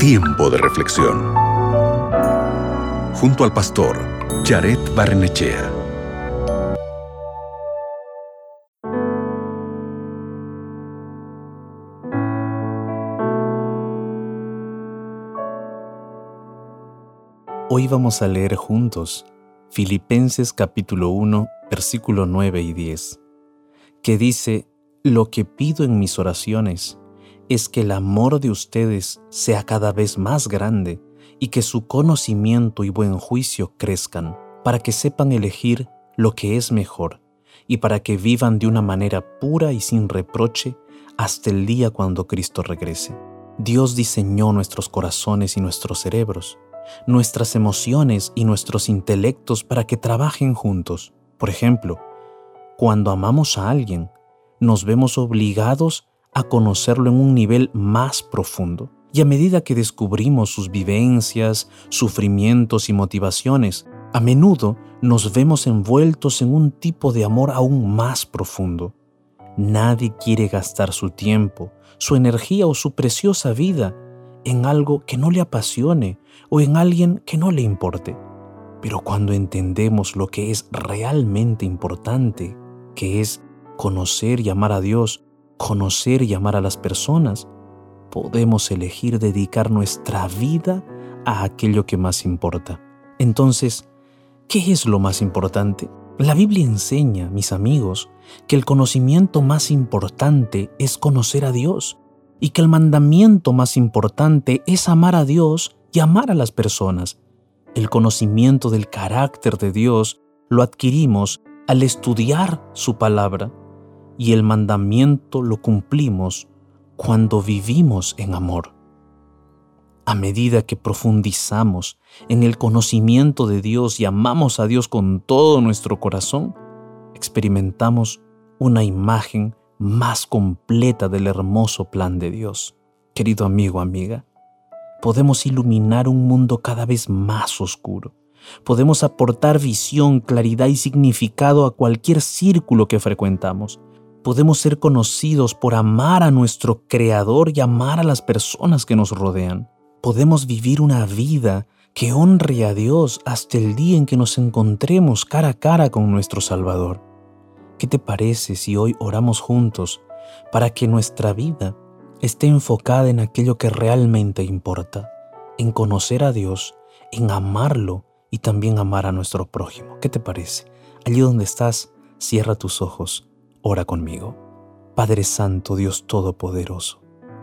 Tiempo de reflexión. Junto al pastor Jared Barnechea. Hoy vamos a leer juntos Filipenses capítulo 1, versículo 9 y 10, que dice: «Lo que pido en mis oraciones es que el amor de ustedes sea cada vez más grande y que su conocimiento y buen juicio crezcan, para que sepan elegir lo que es mejor y para que vivan de una manera pura y sin reproche hasta el día cuando Cristo regrese». Dios diseñó nuestros corazones y nuestros cerebros, nuestras emociones y nuestros intelectos para que trabajen juntos. Por ejemplo, cuando amamos a alguien, nos vemos obligados a conocerlo en un nivel más profundo. Y a medida que descubrimos sus vivencias, sufrimientos y motivaciones, a menudo nos vemos envueltos en un tipo de amor aún más profundo. Nadie quiere gastar su tiempo, su energía o su preciosa vida en algo que no le apasione o en alguien que no le importe. Pero cuando entendemos lo que es realmente importante, que es conocer y amar a Dios, conocer y amar a las personas, podemos elegir dedicar nuestra vida a aquello que más importa. Entonces, ¿qué es lo más importante? La Biblia enseña, mis amigos, que el conocimiento más importante es conocer a Dios y que el mandamiento más importante es amar a Dios y amar a las personas. El conocimiento del carácter de Dios lo adquirimos al estudiar su palabra y el mandamiento lo cumplimos cuando vivimos en amor. A medida que profundizamos en el conocimiento de Dios y amamos a Dios con todo nuestro corazón, experimentamos una imagen más completa del hermoso plan de Dios. Querido amigo, amiga, podemos iluminar un mundo cada vez más oscuro. Podemos aportar visión, claridad y significado a cualquier círculo que frecuentamos. Podemos ser conocidos por amar a nuestro Creador y amar a las personas que nos rodean. Podemos vivir una vida que honre a Dios hasta el día en que nos encontremos cara a cara con nuestro Salvador. ¿Qué te parece si hoy oramos juntos para que nuestra vida esté enfocada en aquello que realmente importa, en conocer a Dios, en amarlo y también amar a nuestro prójimo? ¿Qué te parece? Allí donde estás, cierra tus ojos. Ora conmigo. Padre Santo, Dios Todopoderoso,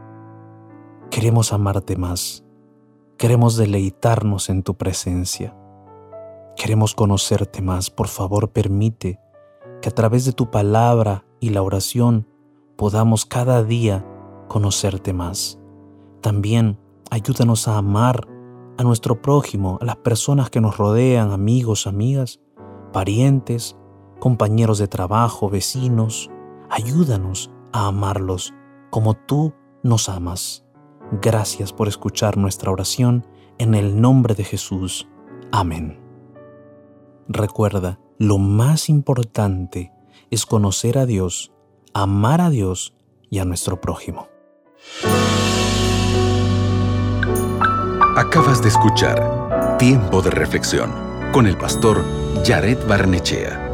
queremos amarte más, queremos deleitarnos en tu presencia, queremos conocerte más. Por favor, permite que a través de tu palabra y la oración podamos cada día conocerte más. También ayúdanos a amar a nuestro prójimo, a las personas que nos rodean, amigos, amigas, parientes, compañeros de trabajo, vecinos. Ayúdanos a amarlos como tú nos amas. Gracias por escuchar nuestra oración en el nombre de Jesús. Amén. Recuerda, lo más importante es conocer a Dios, amar a Dios y a nuestro prójimo. Acabas de escuchar Tiempo de reflexión con el pastor Jared Barnechea.